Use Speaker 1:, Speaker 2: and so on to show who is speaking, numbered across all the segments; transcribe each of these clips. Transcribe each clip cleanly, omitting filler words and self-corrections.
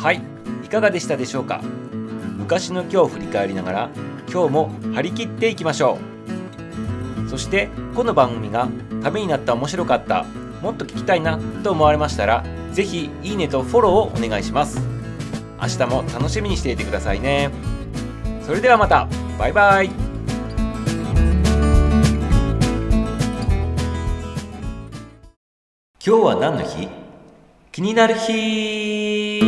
Speaker 1: はい、いかがでしたでしょうか。昔の今日を振り返りながら今日も張り切っていきましょう。そしてこの番組がためになった、面白かった、もっと聞きたいなと思われましたら、ぜひいいねとフォローをお願いします。明日も楽しみにしていてくださいね。それではまた、バイバイ。今日は何の日？気になる日。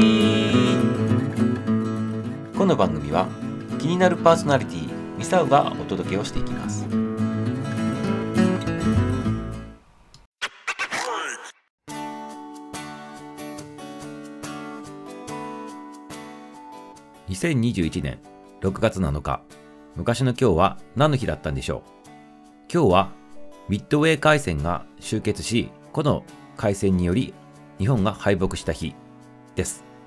Speaker 1: この番組は気になるパーソナリティミサウがお届けをしていきます。2021年6月7日、昔の今日は何の日だったんでしょう。今日はミッドウェー海戦が終結し、この海戦により日本が敗北した日です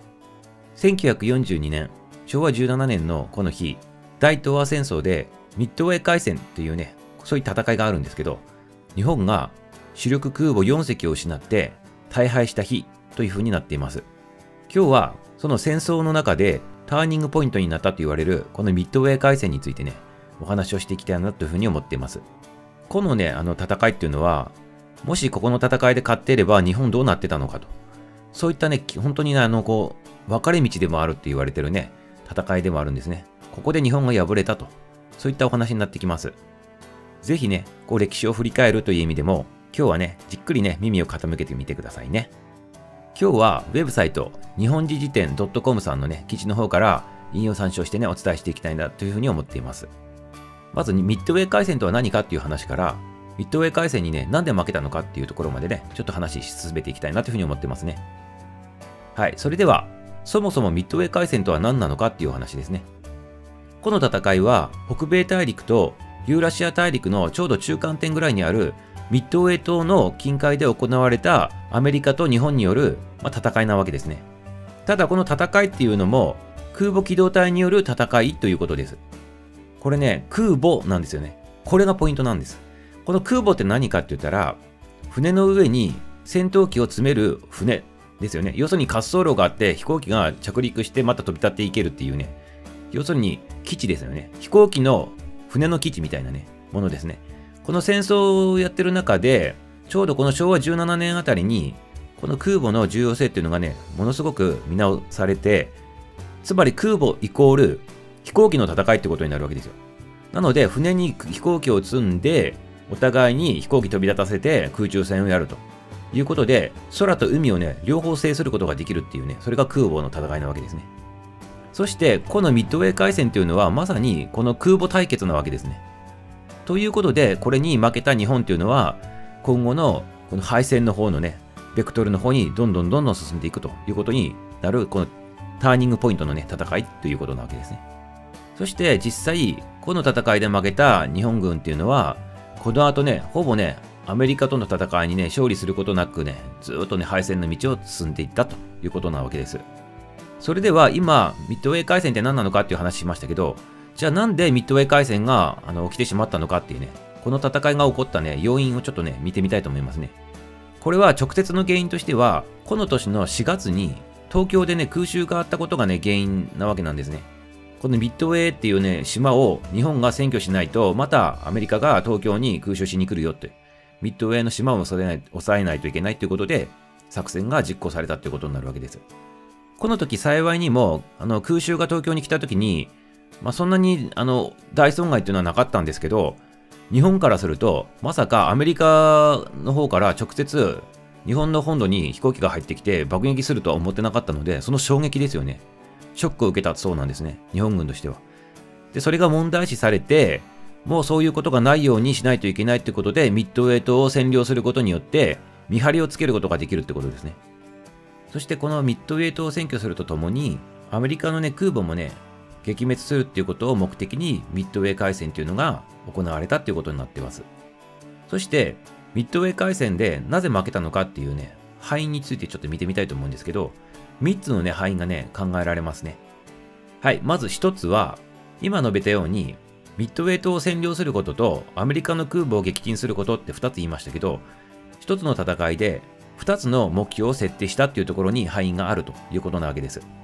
Speaker 1: 。1942年、昭和17年のこの日、大東亜戦争でミッドウェー海戦というね、そういう戦いがあるんですけど、日本が主力空母4隻を失って大敗した日という風になっています。今日はその戦争の中でターニングポイントになったと言われるこのミッドウェー海戦についてね、お話をしていきたいなという風に思っています。このね、戦いっていうのは、もしここの戦いで勝っていれば日本どうなってたのかと。そういったね、本当にね、分かれ道でもあるって言われてるね、戦いでもあるんですね。ここで日本が敗れたと。そういったお話になってきます。ぜひね、歴史を振り返るという意味でも、今日はね、じっくりね、耳を傾けてみてくださいね。今日はウェブサイト、日本時事典 .com さんのね、記事の方から引用参照してね、お伝えしていきたいなというふうに思っています。まずミッドウェー海戦とは何かっていう話から、ミッドウェー海戦にね、なんで負けたのかっていうところまでね、ちょっと話し進めていきたいなというふうに思ってますね。はい、それでは、そもそもミッドウェー海戦とは何なのかっていうお話ですね。この戦いは、北米大陸とユーラシア大陸のちょうど中間点ぐらいにあるミッドウェー島の近海で行われたアメリカと日本による、戦いなわけですね。ただこの戦いっていうのも空母機動隊による戦いということです。これね、空母なんですよね。これがポイントなんです。この空母って何かって言ったら、船の上に戦闘機を積める船ですよね。要するに滑走路があって飛行機が着陸してまた飛び立っていけるっていうね。要するに基地ですよね。飛行機の船の基地みたいなね、ものですね。この戦争をやってる中で、ちょうどこの昭和17年あたりに、この空母の重要性っていうのがね、ものすごく見直されて、つまり空母イコール飛行機の戦いってことになるわけですよ。なので、船に飛行機を積んで、お互いに飛行機飛び立たせて空中戦をやるということで、空と海をね、両方制することができるっていうね、それが空母の戦いなわけですね。そして、このミッドウェー海戦っていうのは、まさにこの空母対決なわけですね。ということで、これに負けた日本っていうのは、今後のこの敗戦の方のね、ベクトルの方にどんどん進んでいくということになる、このターニングポイントのね、戦いということなわけですね。そして実際、この戦いで負けた日本軍っていうのは、この後ね、ほぼね、アメリカとの戦いにね、勝利することなくね、ずっとね、敗戦の道を進んでいったということなわけです。それでは今、ミッドウェー海戦って何なのかっていう話しましたけど、じゃあなんでミッドウェー海戦が起きてしまったのかっていうね、この戦いが起こったね、要因をちょっとね、見てみたいと思いますね。これは直接の原因としては、この年の4月に東京でね、空襲があったことがね、原因なわけなんですね。このミッドウェーっていうね、島を日本が占拠しないと、またアメリカが東京に空襲しに来るよって、ミッドウェーの島を抑えないといけないということで、作戦が実行されたということになるわけです。この時幸いにも、空襲が東京に来た時に、そんなに大損害っていうのはなかったんですけど、日本からすると、まさかアメリカの方から直接日本の本土に飛行機が入ってきて爆撃するとは思ってなかったので、その衝撃ですよね。ショックを受けたそうなんですね。日本軍としては。で、それが問題視されて、もうそういうことがないようにしないといけないということで、ミッドウェー島を占領することによって、見張りをつけることができるってことですね。そしてこのミッドウェー島を占拠するとともに、アメリカのね、空母もね、撃滅するっていうことを目的にミッドウェー海戦っていうのが行われたっていうことになっています。そして、ミッドウェー海戦でなぜ負けたのかっていうね、敗因についてちょっと見てみたいと思うんですけど、3つのね、敗因がね、考えられますね。はい、まず1つは、今述べたように、ミッドウェー島を占領することと、アメリカの空母を撃沈することって2つ言いましたけど、1つの戦いで2つの目標を設定したっていうところに敗因があるということなわけです。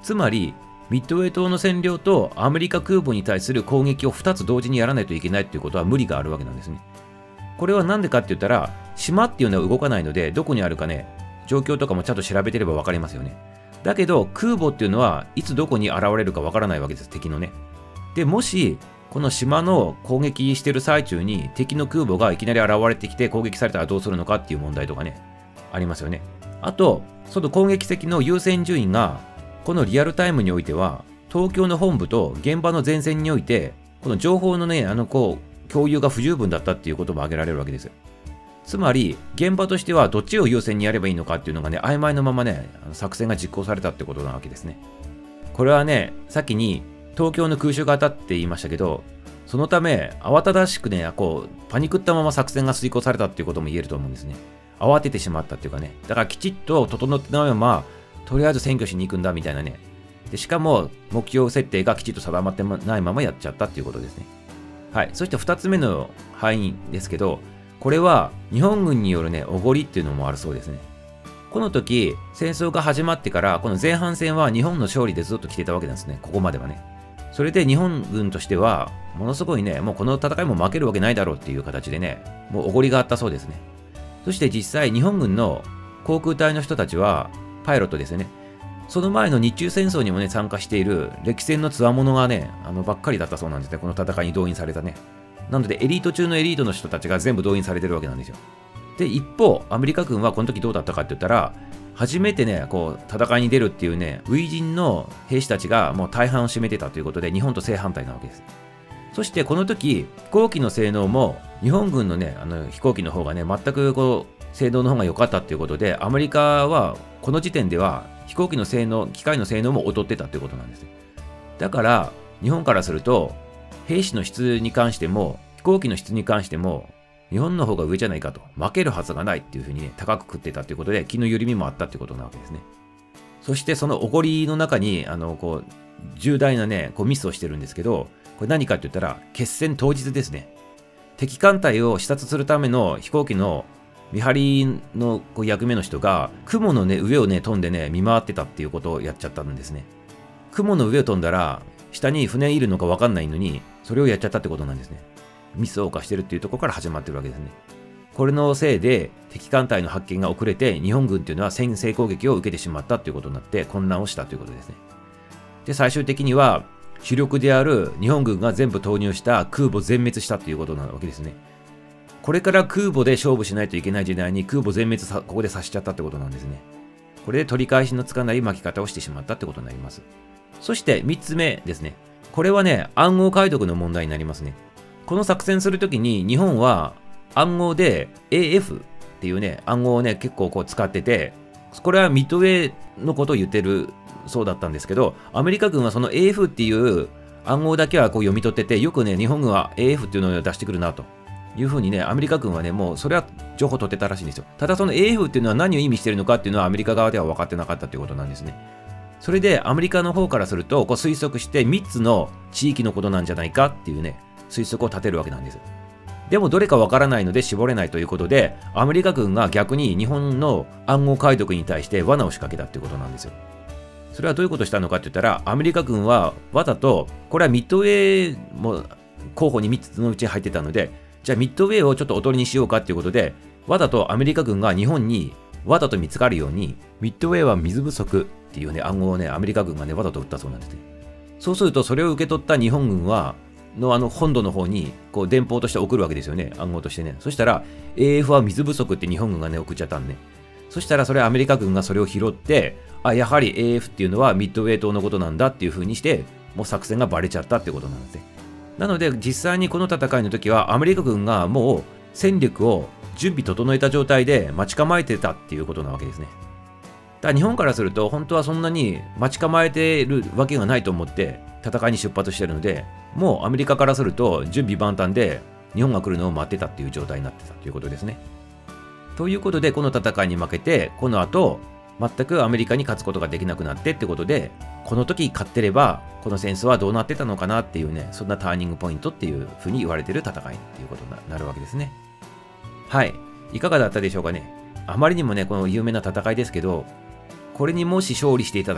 Speaker 1: つまり、ミッドウェー島の占領とアメリカ空母に対する攻撃を2つ同時にやらないといけないっていうことは無理があるわけなんですね。これはなんでかって言ったら、島っていうのは動かないので、どこにあるかね、状況とかもちゃんと調べてれば分かりますよね。だけど、空母っていうのはいつどこに現れるか分からないわけです、敵のね。で、もし、この島の攻撃してる最中に敵の空母がいきなり現れてきて攻撃されたらどうするのかっていう問題とかね、ありますよね。あと、その攻撃先の優先順位が、このリアルタイムにおいては、東京の本部と現場の前線において、この情報のね、共有が不十分だったっていうことも挙げられるわけです。つまり、現場としてはどっちを優先にやればいいのかっていうのがね、曖昧のままね、作戦が実行されたってことなわけですね。これはね、先に東京の空襲が当たって言いましたけど、そのため、慌ただしくね、パニクったまま作戦が遂行されたっていうことも言えると思うんですね。慌ててしまったっていうかね、だからきちっと整ってないまま、とりあえず占拠しに行くんだみたいなね。で、しかも、目標設定がきちっと定まってないままやっちゃったっていうことですね。はい。そして2つ目の敗因ですけど、これは日本軍によるね、おごりっていうのもあるそうですね。この時、戦争が始まってから、この前半戦は日本の勝利でずっと来てたわけなんですね。ここまではね。それで日本軍としては、ものすごいね、もうこの戦いも負けるわけないだろうっていう形でね、もうおごりがあったそうですね。そして実際、日本軍の航空隊の人たちは、パイロットですよね。その前の日中戦争にもね、参加している歴戦の強者がね、ばっかりだったそうなんですね。この戦いに動員されたね。なので、エリート中のエリートの人たちが全部動員されてるわけなんですよ。で、一方、アメリカ軍はこの時どうだったかって言ったら、初めてね、戦いに出るっていうね、初陣の兵士たちがもう大半を占めてたということで、日本と正反対なわけです。そしてこの時、飛行機の性能も、日本軍のね、飛行機の方がね、全く性能の方が良かったっていうことで、アメリカはこの時点では飛行機の性能、機械の性能も劣ってたっていうことなんですよ。だから、日本からすると、兵士の質に関しても、飛行機の質に関しても、日本の方が上じゃないかと、負けるはずがないっていうふうにね、高く食ってたっていうことで、気の緩みもあったっていうことなわけですね。そしてそのおごりの中に、重大なね、ミスをしてるんですけど、これ何かって言ったら、決戦当日ですね。敵艦隊を視察するための飛行機の見張りの役目の人が、雲のね、上をね、飛んでね、見回ってたっていうことをやっちゃったんですね。雲の上を飛んだら、下に船いるのか分かんないのに、それをやっちゃったってことなんですね。ミスを犯してるっていうところから始まってるわけですね。これのせいで敵艦隊の発見が遅れて日本軍っていうのは先制攻撃を受けてしまったということになって混乱をしたということですね。で、最終的には主力である日本軍が全部投入した空母全滅したということなわけですね。これから空母で勝負しないといけない時代に空母全滅ここでさせちゃったってことなんですね。これで取り返しのつかない巻き方をしてしまったってことになります。そして3つ目ですね。これはね、暗号解読の問題になりますね。この作戦するときに日本は暗号で AF っていうね、暗号をね、結構使ってて、これはミッドウェーのことを言ってるそうだったんですけど、アメリカ軍はその AF っていう暗号だけは読み取ってて、よくね、日本軍は AF っていうのを出してくるなというふうにね、アメリカ軍はね、もうそれは情報取ってたらしいんですよ。ただその AF っていうのは何を意味してるのかっていうのはアメリカ側では分かってなかったということなんですね。それでアメリカの方からすると、推測して3つの地域のことなんじゃないかっていうね、推測を立てるわけなんです。でもどれかわからないので絞れないということで、アメリカ軍が逆に日本の暗号解読に対して罠を仕掛けたっていうことなんですよ。それはどういうことをしたのかって言ったら、アメリカ軍はわざと、これはミッドウェーも候補に3つのうちに入ってたので、じゃあミッドウェーをちょっとおとりにしようかっていうことで、わざとアメリカ軍が日本にわざと見つかるように、ミッドウェーは水不足っていうね、暗号をね、アメリカ軍がね、わざと打ったそうなんですね。そうすると、それを受け取った日本軍は、本土の方に電報として送るわけですよね、暗号としてね。そしたら AF は水不足って日本軍がね送っちゃったんで、そしたらそれアメリカ軍がそれを拾って、やはり AF っていうのはミッドウェー島のことなんだっていう風にして、もう作戦がバレちゃったってことなんですね。なので実際にこの戦いの時はアメリカ軍がもう戦力を準備整えた状態で待ち構えてたっていうことなわけですね。だから日本からすると本当はそんなに待ち構えてるわけがないと思って戦いに出発してるので、もうアメリカからすると準備万端で日本が来るのを待ってたっていう状態になってたということですね。ということでこの戦いに負けて、この後全くアメリカに勝つことができなくなってってことで、この時勝ってればこの戦争はどうなってたのかなっていうね、そんなターニングポイントっていうふうに言われてる戦いっていうことになるわけですね。はい、いかがだったでしょうかね。あまりにもねこの有名な戦いですけど、これにもし勝利していたら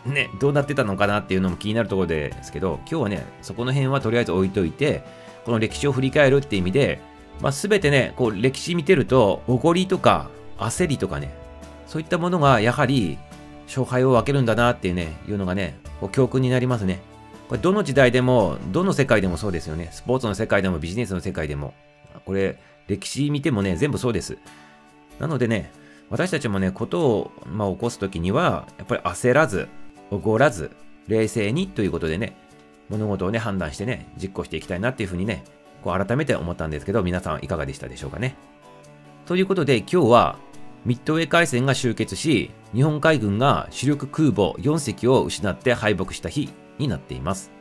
Speaker 1: ね、どうなってたのかなっていうのも気になるところですけど、今日はね、そこの辺はとりあえず置いといて、この歴史を振り返るって意味で、全てね、こう歴史見てると、おごりとか焦りとかね、そういったものがやはり勝敗を分けるんだなっていうね、いうのがね、こう教訓になりますね。これどの時代でも、どの世界でもそうですよね。スポーツの世界でもビジネスの世界でも。これ、歴史見てもね、全部そうです。なのでね、私たちもね、ことを、起こすときには、やっぱり焦らず、おごらず、冷静にということでね、物事をね、判断してね、実行していきたいなっていうふうにね、こう改めて思ったんですけど、皆さんいかがでしたでしょうかね。ということで、今日は、ミッドウェー海戦が終結し、日本海軍が主力空母4隻を失って敗北した日になっています。